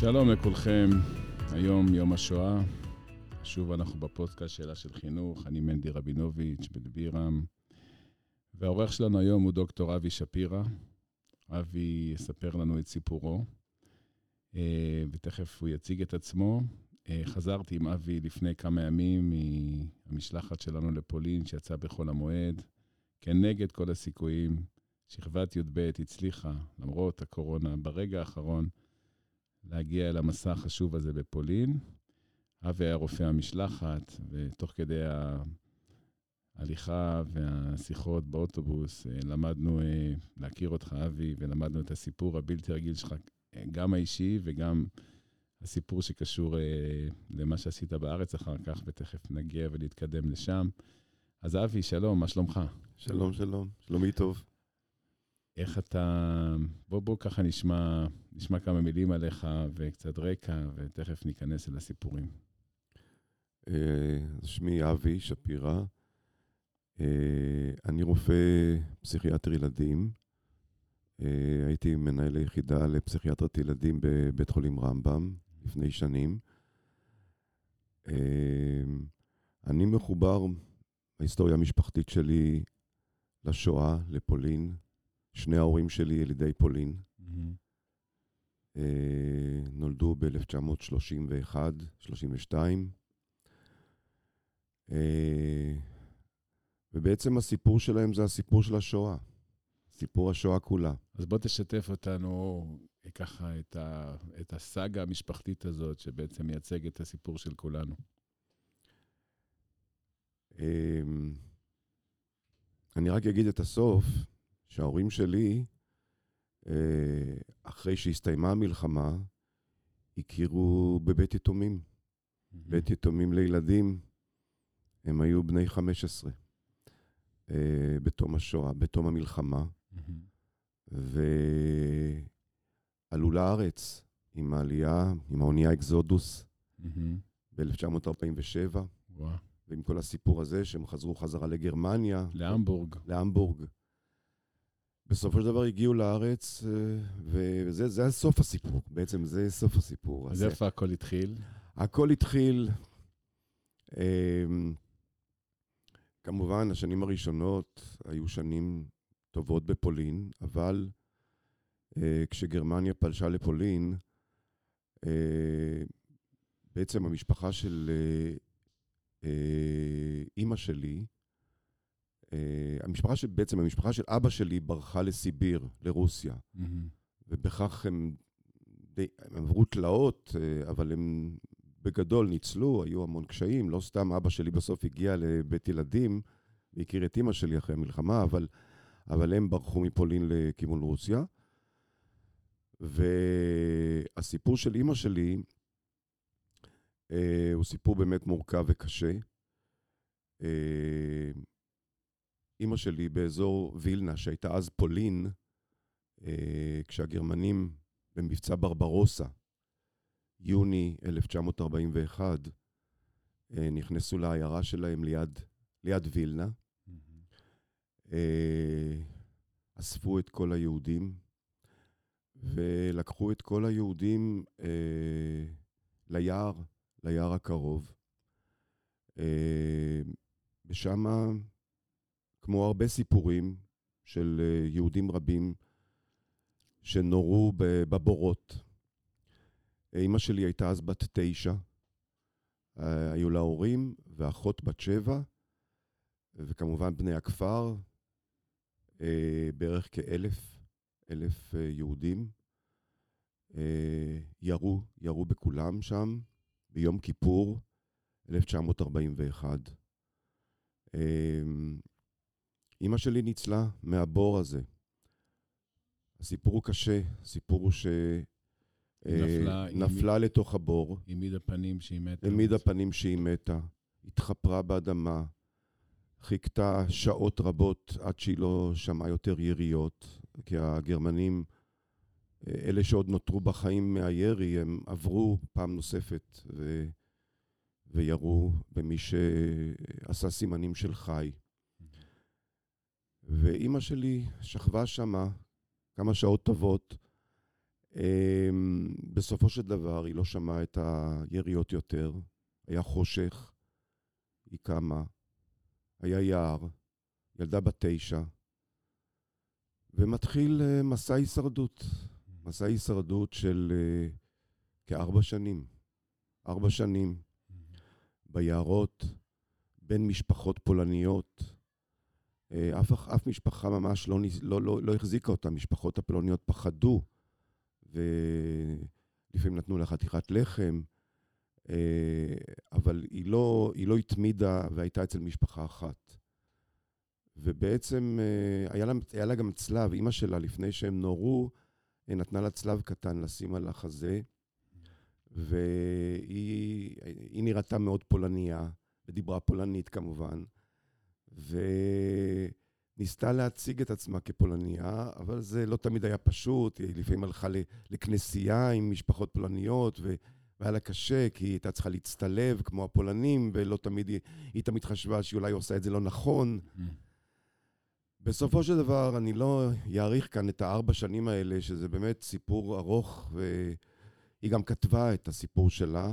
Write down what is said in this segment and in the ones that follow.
שלום לכולכם, היום יום השואה, שוב אנחנו בפודקאסט שאלה של חינוך, אני מנדי רבינוביץ' בן בירם, והעורך שלנו היום הוא דוקטור אבי שפירא. אבי יספר לנו את סיפורו, ותכף הוא יציג את עצמו. חזרתי עם אבי לפני כמה ימים מהמשלחת שלנו לפולין, שיצא בחול המועד, כנגד כל הסיכויים. שכבת י"ב הצליחה, למרות הקורונה, ברגע האחרון, להגיע אל המסע החשוב הזה בפולין. אבי היה רופא המשלחת, ותוך כדי ההליכה והשיחות באוטובוס, למדנו להכיר אותך, אבי, ולמדנו את הסיפור הבלתי רגיל שלך, גם האישי וגם הסיפור שקשור למה שעשית בארץ אחר כך, ותכף נגיע ולהתקדם לשם. אז אבי, שלום, מה שלומך? שלום, שלום, שלומי טוב. איך אתה, בוא ככה נשמע כמה מילים עליך וקצת רקע, ותכף ניכנס אל הסיפורים. שמי אבי שפירא, אני רופא פסיכיאטר ילדים, הייתי מנהל היחידה לפסיכיאטרת ילדים בבית חולים רמב"ם לפני שנים. אני מחובר בהיסטוריה המשפחתית שלי לשואה, לפולין. שני ההורים שלי ילידי פולין, נולדו ב-1931, 32, ובעצם הסיפור שלהם זה הסיפור של השואה, סיפור השואה כולה. אז בוא תשתף אותנו ככה את הסאגה המשפחתית הזאת, שבעצם מייצג את הסיפור של כולנו. אני רק אגיד את הסוף, שההורים שלי, אחרי שהסתיימה המלחמה, הכירו בבית יתומים. בית יתומים לילדים, הם היו בני 15, בתום השואה, בתום המלחמה, ועלו לארץ עם העלייה, עם האונייה אקזודוס, ב-1947, ועם כל הסיפור הזה שהם חזרו חזרה לגרמניה. להמבורג. בסופו של דבר הגיעו לארץ, וזה סוף הסיפור. בעצם זה סוף הסיפור. אז איפה הכל התחיל? הכל התחיל, כמובן, השנים הראשונות היו שנים טובות בפולין, אבל כשגרמניה פלשה לפולין, בעצם המשפחה של אמא שלי, המשפחה של אבא שלי ברחה לסיביר, לרוסיה. ובכך הם עברו תלאות, אבל הם בגדול ניצלו, היו המון קשיים. לא סתם אבא שלי בסוף הגיע לבית ילדים, והכיר את אמא שלי אחרי המלחמה, אבל הם ברחו מפולין לכיוון רוסיה. והסיפור של אמא שלי הוא סיפור באמת מורכב וקשה. אמא שלי באזור וילנה, שהייתה אז פולין, כשהגרמנים במבצע ברברוסה, יוני 1941, נכנסו לעיירה שלהם ליד וילנה, אספו את כל היהודים, ולקחו את כל היהודים ליער הקרוב. ושמה, כמו הרבה סיפורים של יהודים רבים שנורו בבורות. אמא שלי הייתה אז בת 9, היו לה הורים ואחות בת 7, וכמובן בני הכפר, בערך כ1,000 יהודים. ירו בכולם שם ביום כיפור 1941. אמא שלי ניצלה מהבור הזה. הסיפור הוא קשה, הסיפור הוא שנפלה לתוך הבור. העמידה פנים שהיא מתה. העמידה פנים שהיא מתה, התחפרה באדמה, חיכתה שעות רבות עד שהיא לא שמעה יותר יריות, כי הגרמנים, אלה שעוד נותרו בחיים מהירי, הם עברו פעם נוספת וירו במי שעשה סימנים של חי. ואימא שלי שכבה שמה כמה שעות טובות, בסופו של דבר היא לא שמעה את היריות יותר, היה חושך, היא קמה, היה יער, ילדה בת 9, ומתחיל מסע הישרדות. מסע הישרדות של כ4 שנים. 4 שנים ביערות, בין משפחות פולניות. אף משפחה ממש לא החזיקה אותה. משפחות הפולניות פחדו, ולפעמים נתנו לה חתיכת לחם, אבל היא לא התמידה והייתה אצל משפחה אחת. ובעצם היה לה גם צלב, אמא שלה לפני שהם נורו, נתנה לה צלב קטן לשים על החזה, והיא נראתה מאוד פולניה, ודיברה פולנית כמובן, וניסתה להציג את עצמה כפולניה, אבל זה לא תמיד היה פשוט, היא לפעמים הלכה לכנסייה עם משפחות פולניות, והיה לה קשה, כי היא הייתה צריכה להצטלב כמו הפולנים, ולא תמיד, היא תמיד חשבה שאולי עושה את זה לא נכון. בסופו של דבר, אני לא יעריך כאן את 4 שנים האלה, שזה באמת סיפור ארוך, והיא גם כתבה את הסיפור שלה.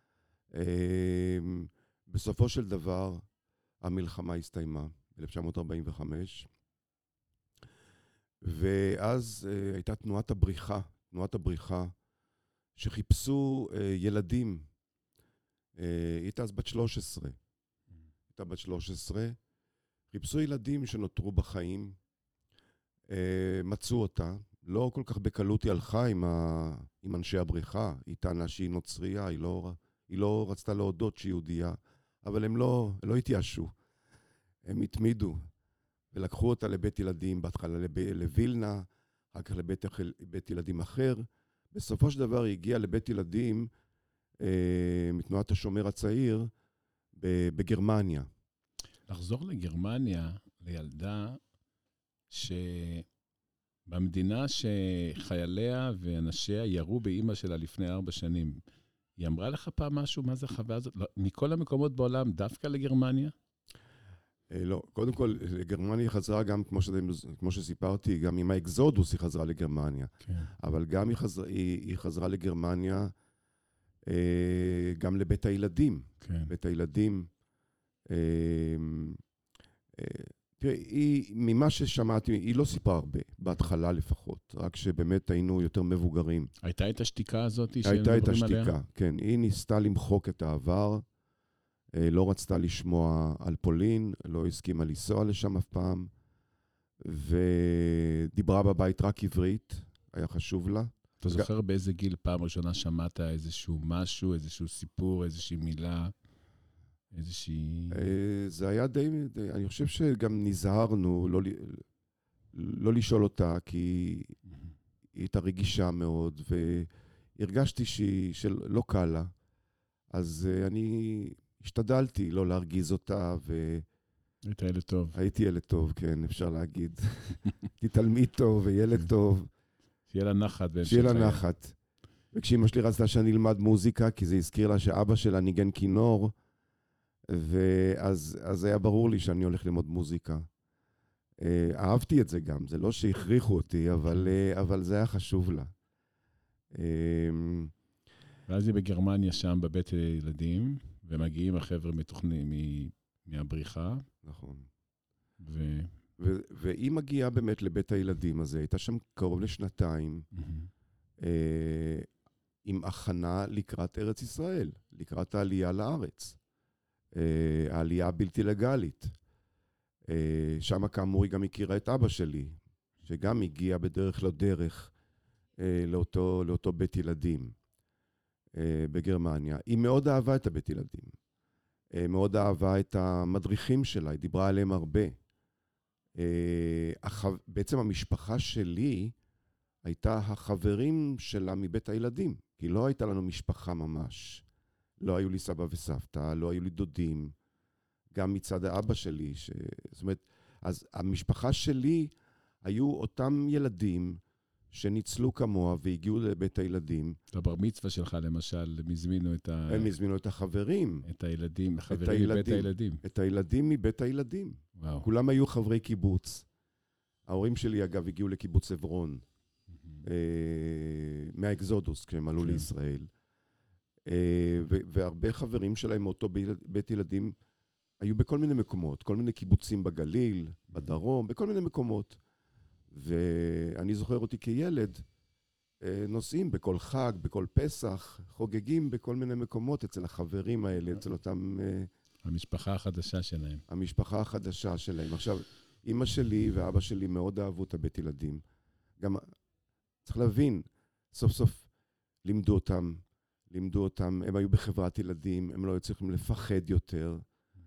בסופו של דבר, המלחמה הסתיימה, ב-1945, ואז הייתה תנועת הבריחה, שחיפשו ילדים. היא הייתה אז בת 13. חיפשו ילדים שנותרו בחיים, מצאו אותה, לא כל כך בקלות היא הלכה עם אנשי הבריחה, היא טענה שהיא נוצריה, היא לא רצתה להודות שהיא יהודייה, אבל הם לא התייאשו, הם התמידו, ולקחו אותה לבית ילדים, בהתחלה לווילנה, אחר כך לבית ילדים אחר. בסופו של דבר היא הגיעה לבית ילדים מתנועת השומר הצעיר בגרמניה. לחזור לגרמניה, לילדה שבמדינה שחייליה ואנשיה ירו באמא שלה לפני 4 שנים, היא אמרה לך פעם משהו? מה זה החוויה הזאת? מכל המקומות בעולם, דווקא לגרמניה? לא, קודם כל, לגרמניה היא חזרה גם, כמו שסיפרתי, גם עם האקזודוס היא חזרה לגרמניה. כן. אבל גם היא חזרה לגרמניה, גם לבית הילדים. כן. בית הילדים, תראה, ממה ששמעתי, היא לא סיפרה הרבה, בהתחלה לפחות, רק שבאמת היינו יותר מבוגרים. הייתה את השתיקה הזאת הייתה את השתיקה, כן. היא ניסתה למחוק את העבר, לא רצתה לשמוע על פולין, לא הסכימה לנסוע לשם אף פעם, ודיברה בבית רק עברית, היה חשוב לה. אתה זוכר באיזה גיל פעם ראשונה שמעת איזשהו משהו, איזשהו סיפור, איזושהי מילה? זה היה די, אני חושב שגם נזהרנו לא לשאול אותה, כי היא הייתה רגישה מאוד, והרגשתי שלא קל לה. אז אני השתדלתי לא להרגיז אותה, היית ילד טוב. הייתי ילד טוב, כן, אפשר להגיד. הייתי תלמיד טוב וילד טוב. שיהיה לה נחת. שיהיה לה נחת. וכשאמא שלי רצתה שאני אלמד מוזיקה, כי זה הזכיר לה שאבא שלה ניגן כינור, ואז היה ברור לי שאני הולך ללמוד מוזיקה. אהבתי את זה גם, זה לא שהכריחו אותי, אבל זה היה חשוב לה. ואז היא בגרמניה שם בבית ילדים, ומגיעים החבר'ה מתוכנים מהבריחה. נכון. והיא מגיעה באמת לבית הילדים הזה, הייתה שם קרוב לשנתיים, עם הכנה לקראת ארץ ישראל, לקראת העלייה לארץ. העלייה הבלתי לגלית. שם כאמור היא גם הכירה את אבא שלי, שגם הגיע בדרך לא דרך לאותו בית ילדים בגרמניה. היא מאוד אהבה את הבית ילדים. מאוד אהבה את המדריכים שלה, היא דיברה עליהם הרבה. בעצם המשפחה שלי הייתה החברים שלה מבית הילדים, כי לא הייתה לנו משפחה ממש. לא היו לי סבא וסבתא, לא היו לי דודים, גם מצד האבא שלי. זאת אומרת, אז המשפחה שלי היו אותם ילדים שניצלו כמוה והגיעו לבית הילדים. בבר מצווה שלך למשל, הם הזמינו את החברים. את הילדים, החברים מבית הילדים. את הילדים מבית הילדים. וואו. כולם היו חברי קיבוץ. ההורים שלי אגב הגיעו לקיבוץ עברון. מהאקזודוס, כשהם עלו לישראל. והרבה חברים שלהם מאותו בית ילדים היו בכל מיני מקומות, כל מיני קיבוצים בגליל, בדרום, בכל מיני מקומות. ואני זוכר אותי כילד, נוסעים בכל חג, בכל פסח, חוגגים בכל מיני מקומות אצל החברים האלה, אצל אותם... המשפחה החדשה שלהם. המשפחה החדשה שלהם. עכשיו, אמא שלי ואבא שלי מאוד אהבו את הבית ילדים. גם צריך להבין, סוף סוף לימדו אותם, הם היו בחברת ילדים, הם לא היו צריכים לפחד יותר.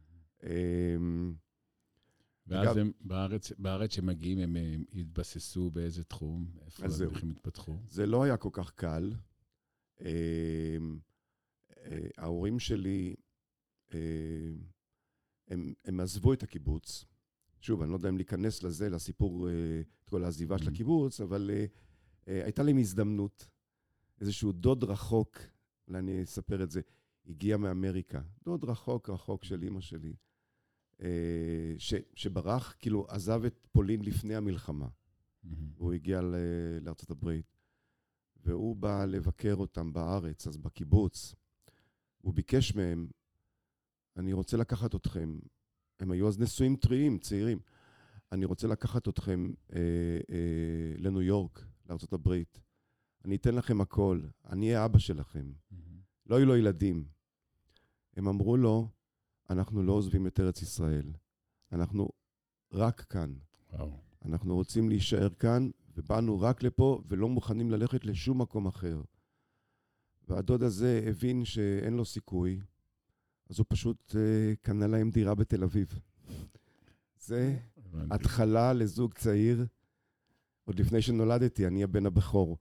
ואז הם בארץ שמגיעים, הם התבססו באיזה תחום? איפה הם התפתחו? זה לא היה כל כך קל. ההורים שלי, הם עזבו את הקיבוץ. שוב, אני לא יודע אם להיכנס לזה, לסיפור, את כל העזיבה של הקיבוץ, אבל הייתה להם הזדמנות. איזשהו דוד רחוק, אולי אני אספר את זה, הגיע מאמריקה. דוד רחוק של אמא שלי. שברח, כאילו עזב את פולין לפני המלחמה. והוא הגיע לארצות הברית. והוא בא לבקר אותם בארץ, אז בקיבוץ. הוא ביקש מהם, אני רוצה לקחת אתכם, הם היו אז נשואים טריים, צעירים, אני רוצה לקחת אתכם לניו יורק, לארצות הברית. אני אתן לכם הכל, אני אהיה אבא שלכם. לא יהיו לו ילדים. הם אמרו לו, אנחנו לא עוזבים את ארץ ישראל. אנחנו רק כאן. וואו. אנחנו רוצים להישאר כאן, ובאנו רק לפה, ולא מוכנים ללכת לשום מקום אחר. והדוד הזה הבין שאין לו סיכוי, אז הוא פשוט קנה להם דירה בתל אביב. זה התחלה לזוג צעיר, עוד לפני שנולדתי, אני הבן הבכור.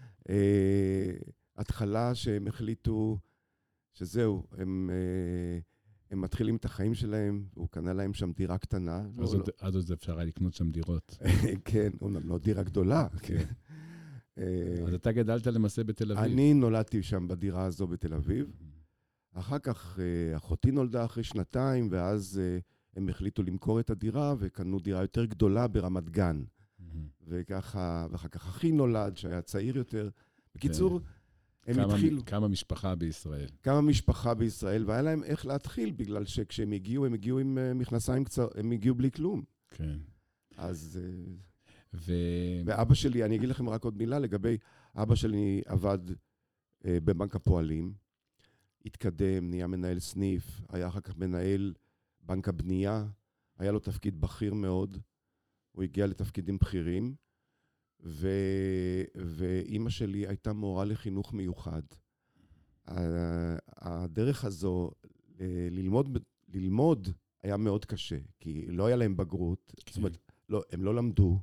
התחלה שהם החליטו שזהו, הם מתחילים את החיים שלהם, והוא קנה להם שם דירה קטנה. אז עוד אפשר היה לקנות שם דירות. כן, לא דירה גדולה. אז אתה גדלת למעשה בתל אביב. אני נולדתי שם בדירה הזו בתל אביב. אחר כך אחותי נולדה אחרי 2 ואז הם החליטו למכור את הדירה, וקנו דירה יותר גדולה ברמת גן. וככה, ואחר כך אחי נולד, שהיה צעיר יותר. בקיצור, הם התחילו. כמה משפחה בישראל. כמה משפחה בישראל, והיה להם איך להתחיל, בגלל שכשהם הגיעו, הם הגיעו עם מכנסיים קצר, הם הגיעו בלי כלום. כן. אז... ואבא שלי, אני אגיד לכם רק עוד מילה, לגבי אבא שלי עבד בבנק הפועלים, התקדם, נהיה מנהל סניף, היה אחר כך מנהל בנק הבנייה, היה לו תפקיד בכיר מאוד, הוא הגיע לתפקידים בכירים, ואימא שלי הייתה מורה לחינוך מיוחד. הדרך הזו, ללמוד היה מאוד קשה, כי לא היה להם בגרות, זאת אומרת, הם לא למדו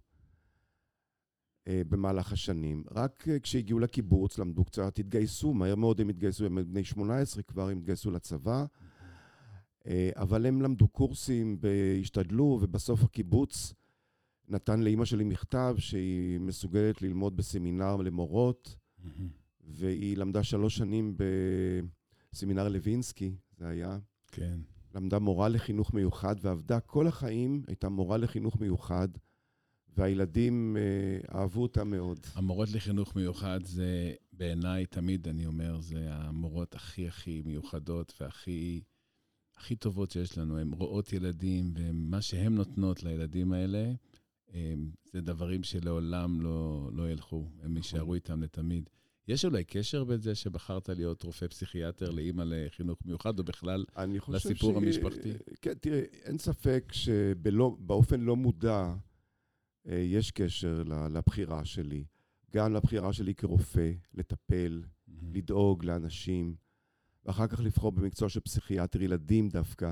במהלך השנים, רק כשהגיעו לקיבוץ, למדו קצת, התגייסו, מהר מאוד הם התגייסו, הם בני 18 כבר, הם התגייסו לצבא, אבל הם למדו קורסים, השתדלו, ובסוף הקיבוץ נתן לאמא שלי מכתב שהיא מסוגלת ללמוד בסמינר למורות, והיא למדה 3 שנים בסמינר לוינסקי, זה היה. כן. למדה מורה לחינוך מיוחד, ועבדה כל החיים, הייתה מורה לחינוך מיוחד, והילדים אהבו אותה מאוד. המורות לחינוך מיוחד זה בעיניי תמיד, אני אומר, זה המורות הכי מיוחדות והכי טובות שיש לנו. הן רואות ילדים, ומה שהן נותנות לילדים האלה, זה דברים שלעולם לא ילכו, הם יישארו איתם לתמיד. יש אולי קשר בזה שבחרת להיות רופא פסיכיאטר לאמא לחינוך מיוחד, או בכלל לסיפור המשפחתי? כן, תראה, אין ספק שבאופן לא מודע יש קשר לבחירה שלי. גם לבחירה שלי כרופא, לטפל, לדאוג לאנשים, ואחר כך לבחור במקצוע של פסיכיאטר ילדים דווקא,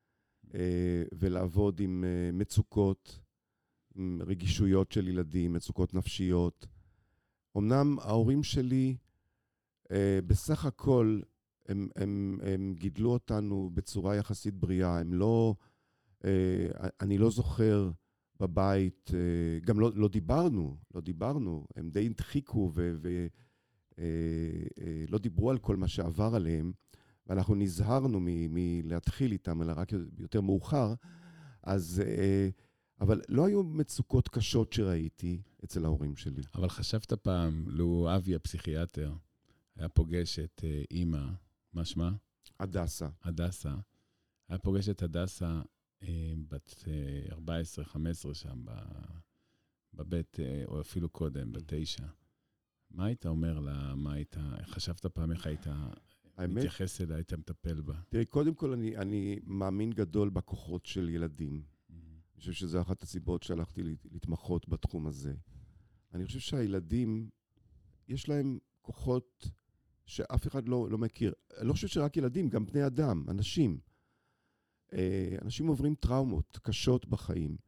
ולעבוד עם מצוקות, עם רגישויות של ילדים, מצוקות נפשיות. אמנם ההורים שלי, בסך הכל, הם גידלו אותנו בצורה יחסית בריאה. הם לא, אני לא זוכר בבית, גם לא דיברנו, הם די הדחיקו ולא דיברו על כל מה שעבר עליהם, ואנחנו נזהרנו מלהתחיל איתם, אלא רק יותר מאוחר. אז אבל לא היו מצוקות קשות שראיתי אצל ההורים שלי. אבל חשבת פעם, לו אבי הפסיכיאטר היה פוגש את אימא, מה שמה? הדסה. הדסה. היה פוגש את הדסה בת 14-15 שם, בבית, או אפילו קודם, ב9. מה היית אומר לה? חשבת פעם איך היית מתייחס אליה, היית מטפל בה? תראי, קודם כל אני מאמין גדול בכוחות של ילדים. אני חושב שזו אחת הסיבות שהלכתי להתמחות בתחום הזה. אני חושב שהילדים, יש להם כוחות שאף אחד לא מכיר. אני לא חושב שרק ילדים, גם בני אדם, אנשים. אנשים עוברים טראומות קשות בחיים.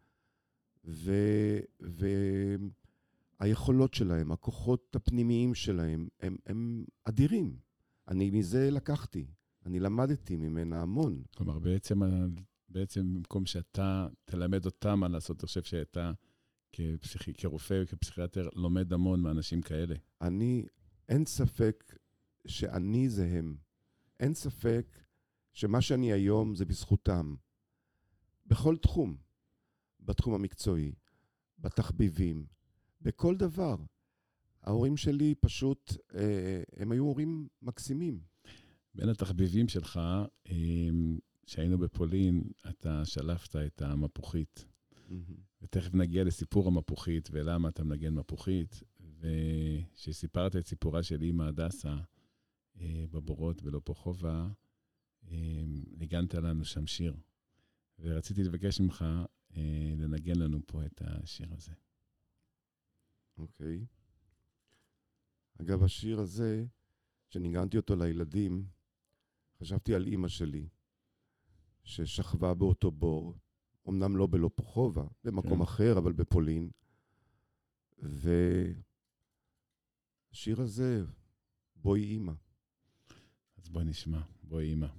והיכולות שלהם, הכוחות הפנימיים שלהם, הם אדירים. אני מזה לקחתי. אני למדתי ממנה המון. כלומר, בעצם במקום שאתה תלמד אותם מה לעשות, אתה חושב שאתה כרופא וכפסיכיאטר לומד המון מאנשים כאלה. אין ספק שאני זה הם. אין ספק שמה שאני היום זה בזכותם. בכל תחום. בתחום המקצועי, בתחביבים, בכל דבר. ההורים שלי פשוט, הם היו הורים מקסימים. בין התחביבים שלך, שהיינו בפולין, אתה שלפת את המפוחית. ותכף נגיע לסיפור המפוחית, ולמה אתה מנגן מפוחית. ושסיפרת את סיפורה של אמא הדסה, בבורות בלופוחובה, ניגנת לנו שם שיר. ורציתי לבקש ממך לנגן לנו פה את השיר הזה. אוקיי. אגב, השיר הזה, שניגנתי אותו לילדים, חשבתי על אמא שלי, ששכבה באותו בור, אמנם לא בלופוחובה, במקום אחר, אבל בפולין. והשיר הזה, בואי אמא. אז בואי נשמע, בואי אמא.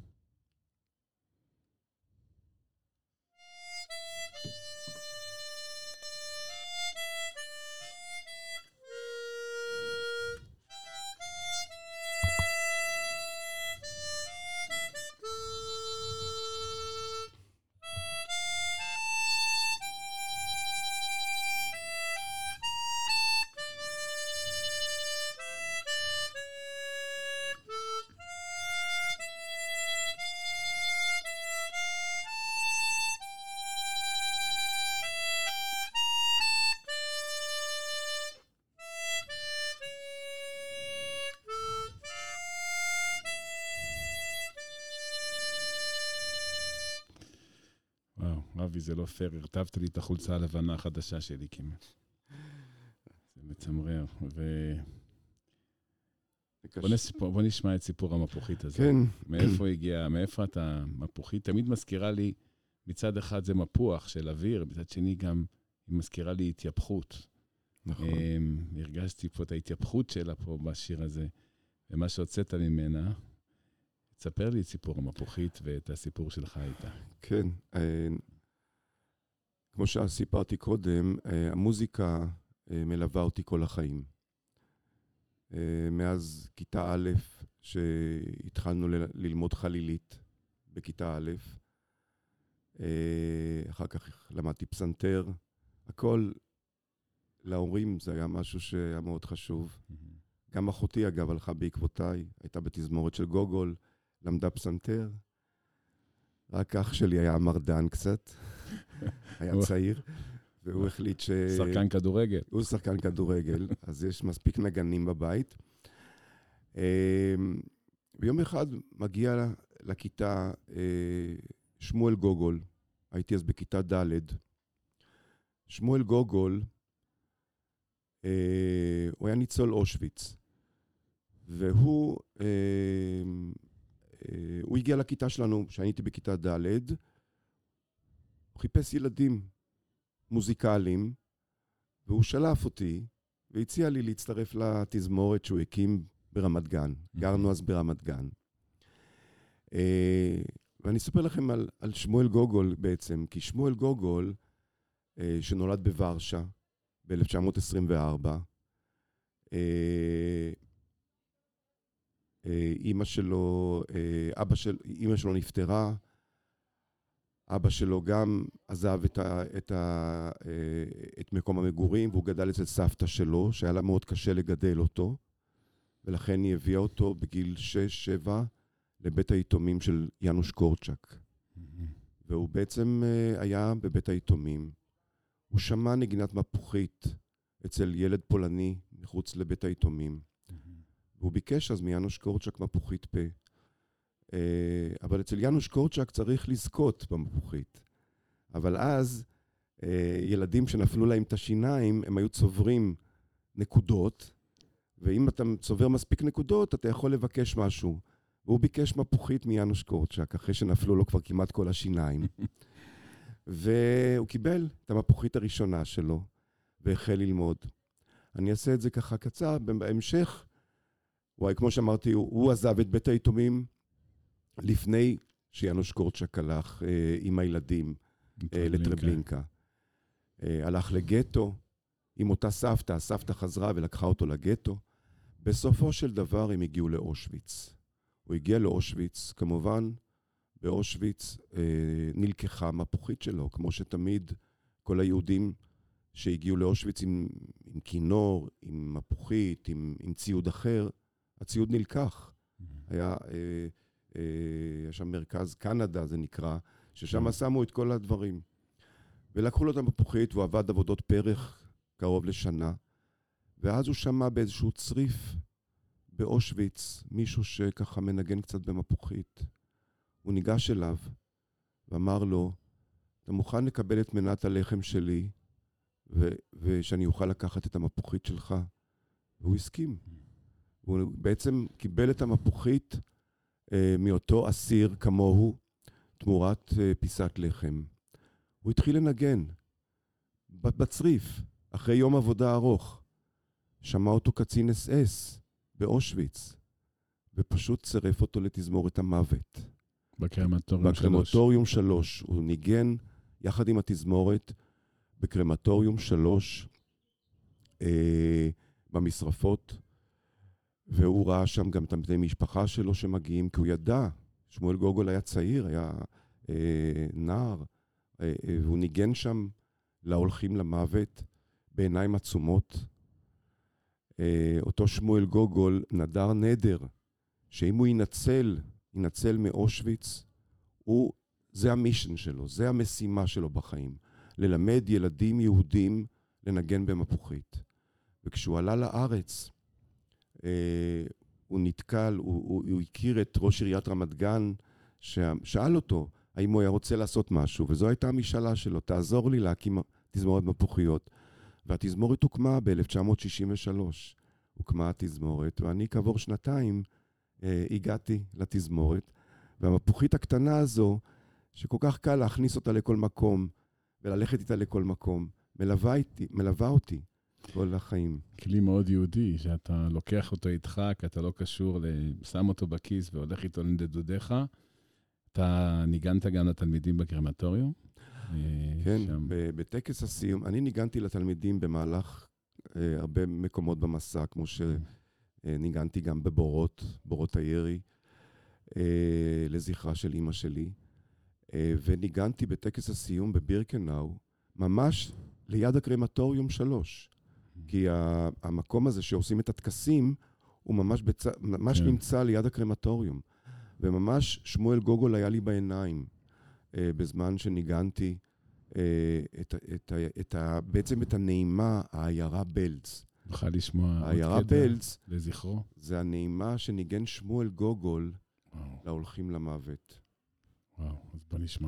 אבי, זה לא פייר, הרטבת לי את החולצה הלבנה החדשה שלי כמעט. זה מצמרר. בוא נשמע את סיפור המפוחית הזה. כן. מאיפה הגיע, מאיפה אתה מפוחית? תמיד מזכירה לי, מצד אחד זה מפוח של אוויר, מצד שני גם היא מזכירה לי התייפחות. נכון. הרגשתי פה את ההתייפחות שלה פה בשיר הזה, ומה שהוצאת ממנה, תספר לי את סיפור המפוחית ואת הסיפור שלך איתה. כן. כמו שסיפרתי קודם, המוזיקה מלווה אותי כל החיים. מאז כיתה א', שהתחלנו ללמוד חלילית בכיתה א', אחר כך למדתי פסנתר, הכל להורים זה היה משהו שהיה מאוד חשוב. גם אחותי אגב הלכה בעקבותיי, הייתה בתזמורת של גוגול, למדה פסנתר. רק אח שלי היה מרדן קצת, היה צעיר, והוא החליט שחקן כדורגל. הוא שחקן כדורגל, אז יש מספיק נגנים בבית. ביום אחד מגיע לכיתה שמואל גוגול, הייתי אז בכיתה ד'. שמואל גוגול, הוא היה ניצול אושוויץ, והוא הוא הגיע לכיתה שלנו, שאני הייתי בכיתה ד', הוא חיפש ילדים מוזיקליים, והוא שלף אותי, והציע לי להצטרף לתזמורת שהוא הקים ברמת גן. גרנו אז ברמת גן. ואני אספר לכם על שמואל גוגול בעצם, כי שמואל גוגול, שנולד בוורשה ב-1924, אמא שלו נפטרה, אבא שלו גם עזב את מקום המגורים, והוא גדל אצל סבתא שלו, שהיה לה מאוד קשה לגדל אותו, ולכן היא הביאה אותו בגיל 6-7 לבית היתומים של יאנוש קורצ'אק. והוא בעצם היה בבית היתומים. הוא שמע נגינת מפוחית אצל ילד פולני מחוץ לבית היתומים. והוא ביקש אז מיאנוש קורצ'אק מפוחית פה. אבל אצל יאנוש קורצ'אק צריך לזכות במפוחית. אבל אז ילדים שנפלו להם את השיניים, הם היו צוברים נקודות, ואם אתה צובר מספיק נקודות, אתה יכול לבקש משהו. והוא ביקש מפוחית מיאנוש קורצ'אק, אחרי שנפלו לו כבר כמעט כל השיניים. והוא קיבל את המפוחית הראשונה שלו, והחל ללמוד. אני אעשה את זה ככה קצר, בהמשך, כמו שאמרתי, הוא עזב את בית היתומים, לפני שיאנוש קורצ'אק הלך עם הילדים לטרבלינקה. הלך לגטו עם אותה סבתא, הסבתא חזרה ולקחה אותו לגטו. בסופו של דבר הם הגיעו לאושוויץ. הוא הגיע לאושוויץ, כמובן באושוויץ נלקחה המפוחית שלו, כמו שתמיד כל היהודים שהגיעו לאושוויץ עם כינור, עם מפוחית, עם ציוד אחר, הציוד נלקח. היה שם מרכז קנדה, זה נקרא, ששם שמו את כל הדברים. ולקחו לו את המפוחית, והוא עבד עבודות פרח קרוב לשנה, ואז הוא שמע באיזשהו צריף באושוויץ, מישהו שככה מנגן קצת במפוחית. הוא ניגש אליו ואמר לו, אתה מוכן לקבל את מנת הלחם שלי, ושאני אוכל לקחת את המפוחית שלך? והוא הסכים. הוא בעצם קיבל את המפוחית מאותו אסיר כמוהו, תמורת פיסת לחם. הוא התחיל לנגן בצריף, אחרי יום עבודה ארוך. שמע אותו קצין אס-אס באושוויץ, ופשוט צירף אותו לתזמורת המוות. בקרמטוריום 3. הוא ניגן יחד עם התזמורת בקרמטוריום 3 במשרפות, והוא ראה שם גם את בני משפחה שלו שמגיעים, כי הוא ידע, שמואל גוגול היה צעיר, היה נער, והוא ניגן שם להולכים למוות בעיניים עצומות. אותו שמואל גוגול נדר נדר, שאם הוא ינצל מאושוויץ, זה המישן שלו, זה המשימה שלו בחיים, ללמד ילדים יהודים לנגן במפוחית. וכשהוא עלה לארץ, הוא נתקל, הוא הכיר את ראש עיריית רמת גן, ששאל אותו האם הוא היה רוצה לעשות משהו, וזו הייתה המשאלה שלו, תעזור לי להקים תזמורת מפוחיות. והתזמורת הוקמה ב-1963, הוקמה התזמורת, ואני כעבור שנתיים הגעתי לתזמורת, והמפוחית הקטנה הזו, שכל כך קל להכניס אותה לכל מקום, וללכת איתה לכל מקום, מלווה אותי כל החיים. כלי מאוד יהודי, שאתה לוקח אותו איתך, כי אתה לא קשור, שם אותו בכיס והולך איתו לנדדודיך. אתה ניגנת גם לתלמידים בקרמטוריום? כן, בטקס הסיום, אני ניגנתי לתלמידים במהלך הרבה מקומות במסע, כמו שניגנתי גם בורות הירי, לזכרה של אמא שלי, וניגנתי בטקס הסיום בבירקנאו, ממש ליד הקרמטוריום 3, כי המקום הזה שעושים את הטקסים, הוא ממש נמצא ליד הקרמטוריום, וממש שמואל גוגול היה לי בעיניים, בזמן שניגנתי בעצם את הנעימה, העיירה בלז. נוכל לשמוע העיירה בלז, לזכרו. זה הנעימה שניגן שמואל גוגול להולכים למוות. וואו, אז בוא נשמע.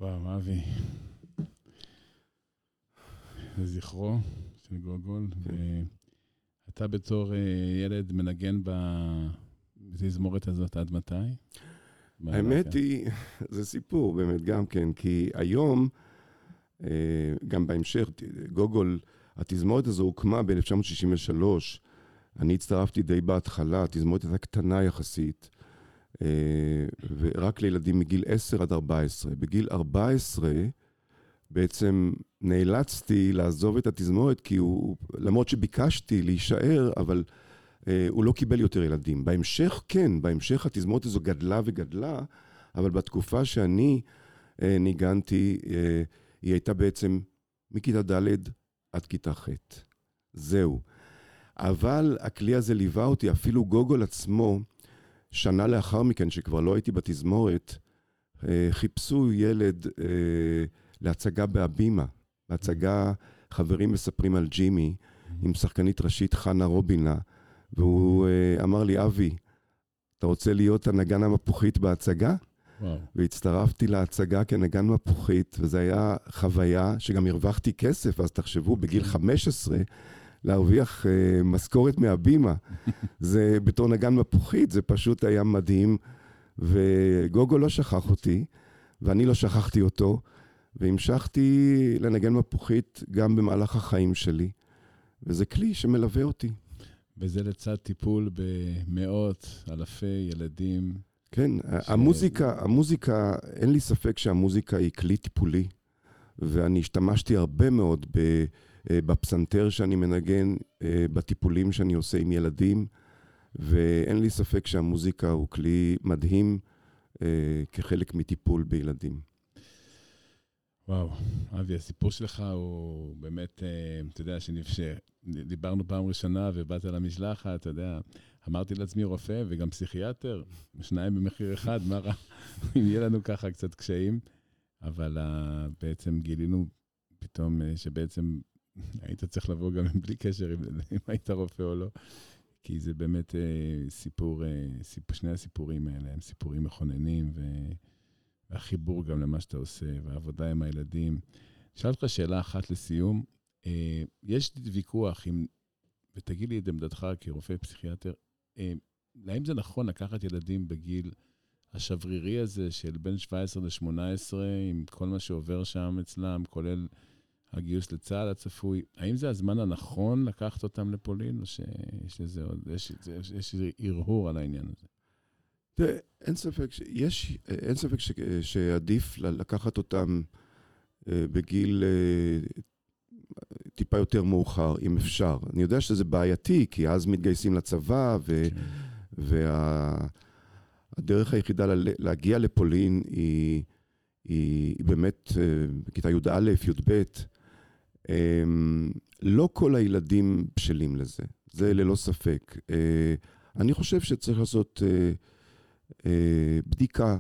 וואו, אבי. זה זכרו של גוגול. אתה בתור ילד מנגן בתזמורת הזאת עד מתי? האמת היא, זה סיפור באמת גם כן, כי היום, גם בהמשך, גוגול, התזמורת הזו הוקמה ב-1963, אני הצטרפתי די בהתחלה, התזמורת הייתה קטנה יחסית, ורק לילדים מגיל 10 עד 14. בגיל 14 בעצם נאלצתי לעזוב את התזמורת, כי למרות שביקשתי להישאר, אבל הוא לא קיבל יותר ילדים. בהמשך כן, בהמשך התזמורת הזו גדלה וגדלה, אבל בתקופה שאני ניגנתי, היא הייתה בעצם מכיתה ד' עד כיתה ח'. זהו. אבל הכלי הזה ליווה אותי, אפילו גוגול עצמו, שנה לאחר מכן, שכבר לא הייתי בתזמורת, חיפשו ילד להצגה בהבימה. בהצגה חברים מספרים על ג'ימי, עם שחקנית ראשית חנה רובינה, והוא אמר לי, אבי, אתה רוצה להיות הנגן המפוחית בהצגה? וואו. והצטרפתי להצגה כנגן מפוחית, וזו היה חוויה שגם הרווחתי כסף, אז תחשבו, בגיל 15, להרוויח משכורת מהבימה. זה בתור נגן מפוחית, זה פשוט היה מדהים, וגוגו לא שכח אותי, ואני לא שכחתי אותו, והמשכתי לנגן מפוחית גם במהלך החיים שלי, וזה כלי שמלווה אותי. וזה לצד טיפול במאות, אלפי ילדים. כן, המוזיקה, אין לי ספק שהמוזיקה היא כלי טיפולי, ואני השתמשתי הרבה מאוד בפסנתר שאני מנגן, בטיפולים שאני עושה עם ילדים, ואין לי ספק שהמוזיקה הוא כלי מדהים כחלק מטיפול בילדים. וואו, אבי, הסיפור שלך הוא באמת, אתה יודע, שדיברנו פעם ראשונה ובאת למשלחת, אתה יודע, אמרתי לעצמי רופא וגם פסיכיאטר, שניים במחיר אחד, מה רע, אם יהיה לנו ככה קצת קשיים, אבל בעצם גילינו פתאום שבעצם היית צריך לבוא גם בלי קשר אם היית רופא או לא, כי זה באמת שני הסיפורים האלה, הם סיפורים מכוננים והחיבור גם למה שאתה עושה, והעבודה עם הילדים. שאל אותך שאלה אחת לסיום, יש ויכוח, ותגיד לי את עמדתך כרופא פסיכיאטר, האם זה נכון לקחת ילדים בגיל השברירי הזה של בין 17 ל-18, עם כל מה שעובר שם אצלם, כולל הגיוס לצה"ל הצפוי, האם זה הזמן הנכון לקחת אותם לפולין, או שיש לזה עוד, יש הרהור על העניין הזה? תראה, אין ספק שעדיף לקחת אותם בגיל טיפה יותר מאוחר, אם אפשר. אני יודע שזה בעייתי, כי אז מתגייסים לצבא, והדרך היחידה להגיע לפולין היא באמת בכיתה י"א, י"ב. לא כל הילדים בשלים לזה, זה ללא ספק. אני חושב שצריך לעשות בדיקה,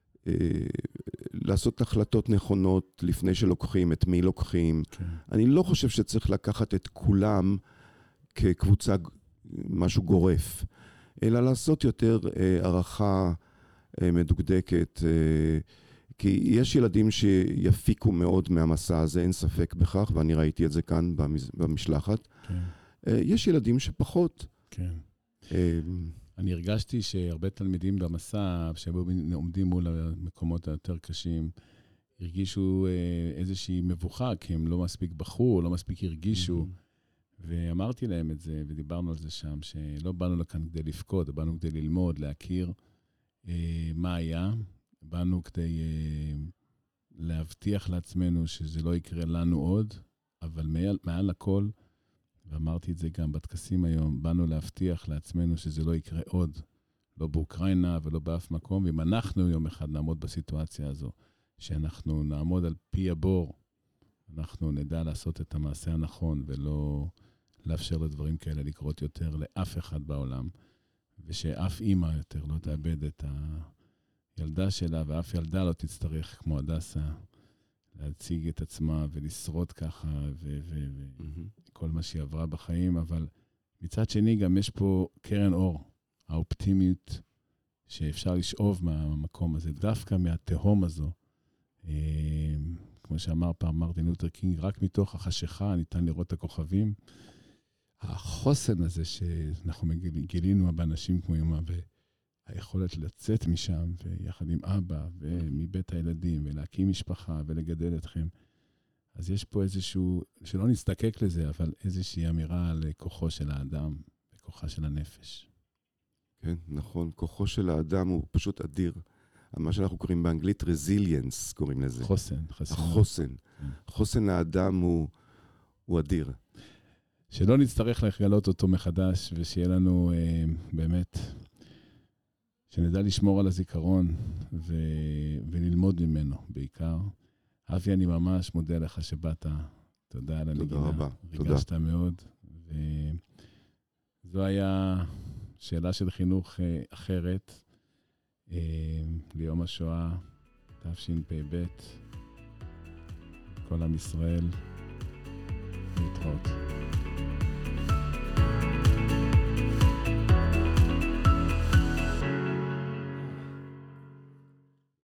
לעשות החלטות נכונות לפני שלוקחים, את מי לוקחים. כן. אני לא חושב שצריך לקחת את כולם כקבוצה, משהו גורף, אלא לעשות יותר הערכה מדוקדקת, כי יש ילדים שיפיקו מאוד מהמסע הזה, אין ספק בכך, ואני ראיתי את זה כאן במשלחת. כן. יש ילדים שפחות. כן. אני הרגשתי שהרבה תלמידים במסע, שהם עומדים מול המקומות היותר קשים, הרגישו איזושהי מבוכה, כי הם לא מספיק בחרו, לא מספיק הרגישו, ואמרתי להם את זה, ודיברנו על זה שם, שלא באנו לכאן כדי לפקוד, באנו כדי ללמוד, להכיר מה היה, באנו כדי להבטיח לעצמנו שזה לא יקרה לנו עוד, אבל מעל הכל, ואמרתי את זה גם בטקסים היום, באנו להבטיח לעצמנו שזה לא יקרה עוד, לא באוקראינה ולא באף מקום, ואם אנחנו יום אחד נעמוד בסיטואציה הזו, שאנחנו נעמוד על פי הבור, אנחנו נדע לעשות את המעשה הנכון, ולא לאפשר לדברים כאלה לקרות יותר לאף אחד בעולם, ושאף אימא יותר לא תאבד את הילדה שלה, ואף ילדה לא תצטרך, כמו הדסה, להציג את עצמה ולשרוד ככה, וכל מה שהיא עברה בחיים, אבל מצד שני גם יש פה קרן אור, האופטימיות שאפשר לשאוב מהמקום הזה, דווקא מהתהום הזו, כמו שאמר פעם מרטין לותר קינג, רק מתוך החשיכה ניתן לראות את הכוכבים. החוסן הזה שאנחנו גילינו באנשים כמו אמא, והיכולת לצאת משם, ויחד עם אבא, ומבית הילדים, ולהקים משפחה, ולגדל אתכם. אז יש פה איזשהו, שלא נסתקק לזה, אבל איזושהי אמירה על כוחו של האדם, וכוחה של הנפש. כן, נכון. כוחו של האדם הוא פשוט אדיר. מה שאנחנו קוראים באנגלית resilience, קוראים לזה. חוסן. החוסן. חוסן האדם הוא אדיר. שלא נצטרך לגלות אותו מחדש, ושיהיה לנו באמת, שנדע לשמור על הזיכרון, וללמוד ממנו בעיקר. אבי, אני ממש מודה לך שבאת. תודה על הנגינה. תודה רבה. ריגשת מאוד. וזו היה שאלה של חינוך אחרת, ליום השואה, תשפ"ב, כל עם ישראל, להתראות.